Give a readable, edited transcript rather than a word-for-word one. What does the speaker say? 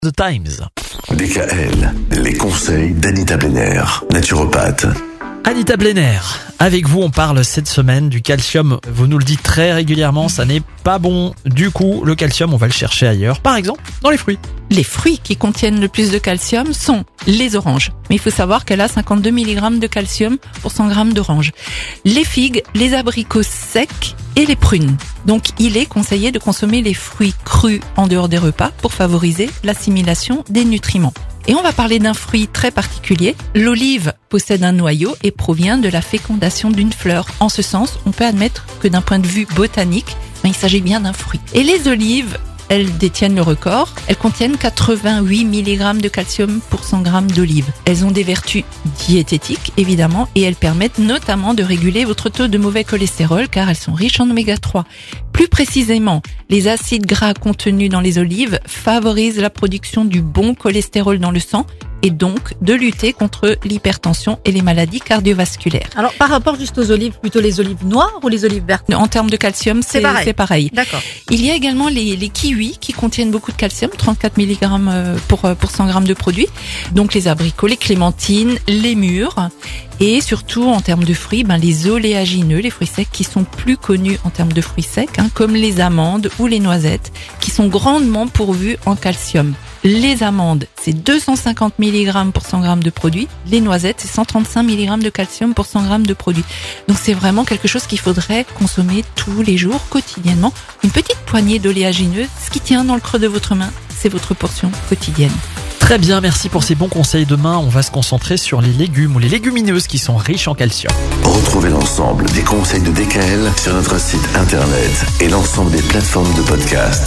The Times. DKL, les conseils d'Anita Blenner, naturopathe. Anita Blenner, avec vous on parle cette semaine du calcium. Vous nous le dites très régulièrement, ça n'est pas bon. Du coup, le calcium, on va le chercher ailleurs. Par exemple, dans les fruits. Les fruits qui contiennent le plus de calcium sont les oranges. Mais il faut savoir qu'elle a 52 mg de calcium pour 100 g d'orange. Les figues, les abricots secs et les prunes. Donc il est conseillé de consommer les fruits crus en dehors des repas pour favoriser l'assimilation des nutriments. Et on va parler d'un fruit très particulier. L'olive possède un noyau et provient de la fécondation d'une fleur. En ce sens, on peut admettre que d'un point de vue botanique, il s'agit bien d'un fruit. Et les olives, elles détiennent le record. Elles contiennent 88 mg de calcium pour 100 g d'olive. Elles ont des vertus diététiques, évidemment, et elles permettent notamment de réguler votre taux de mauvais cholestérol car elles sont riches en oméga 3. Plus précisément, les acides gras contenus dans les olives favorisent la production du bon cholestérol dans le sang et donc de lutter contre l'hypertension et les maladies cardiovasculaires. Alors, par rapport juste aux olives, plutôt les olives noires ou les olives vertes? En termes de calcium, c'est pareil. D'accord. Il y a également les kiwis qui contiennent beaucoup de calcium, 34 mg pour 100 g de produit. Donc les abricots, les clémentines, les mûres. Et surtout, en termes de fruits, les oléagineux, les fruits secs qui sont plus connus en termes de fruits secs, comme les amandes ou les noisettes, qui sont grandement pourvus en calcium. Les amandes, c'est 250 mg pour 100 g de produit. Les noisettes, c'est 135 mg de calcium pour 100 g de produit. Donc c'est vraiment quelque chose qu'il faudrait consommer tous les jours, quotidiennement. Une petite poignée d'oléagineux, ce qui tient dans le creux de votre main, c'est votre portion quotidienne. Très bien, merci pour ces bons conseils. Demain, on va se concentrer sur les légumes ou les légumineuses qui sont riches en calcium. Retrouvez l'ensemble des conseils de DKL sur notre site internet et l'ensemble des plateformes de podcast.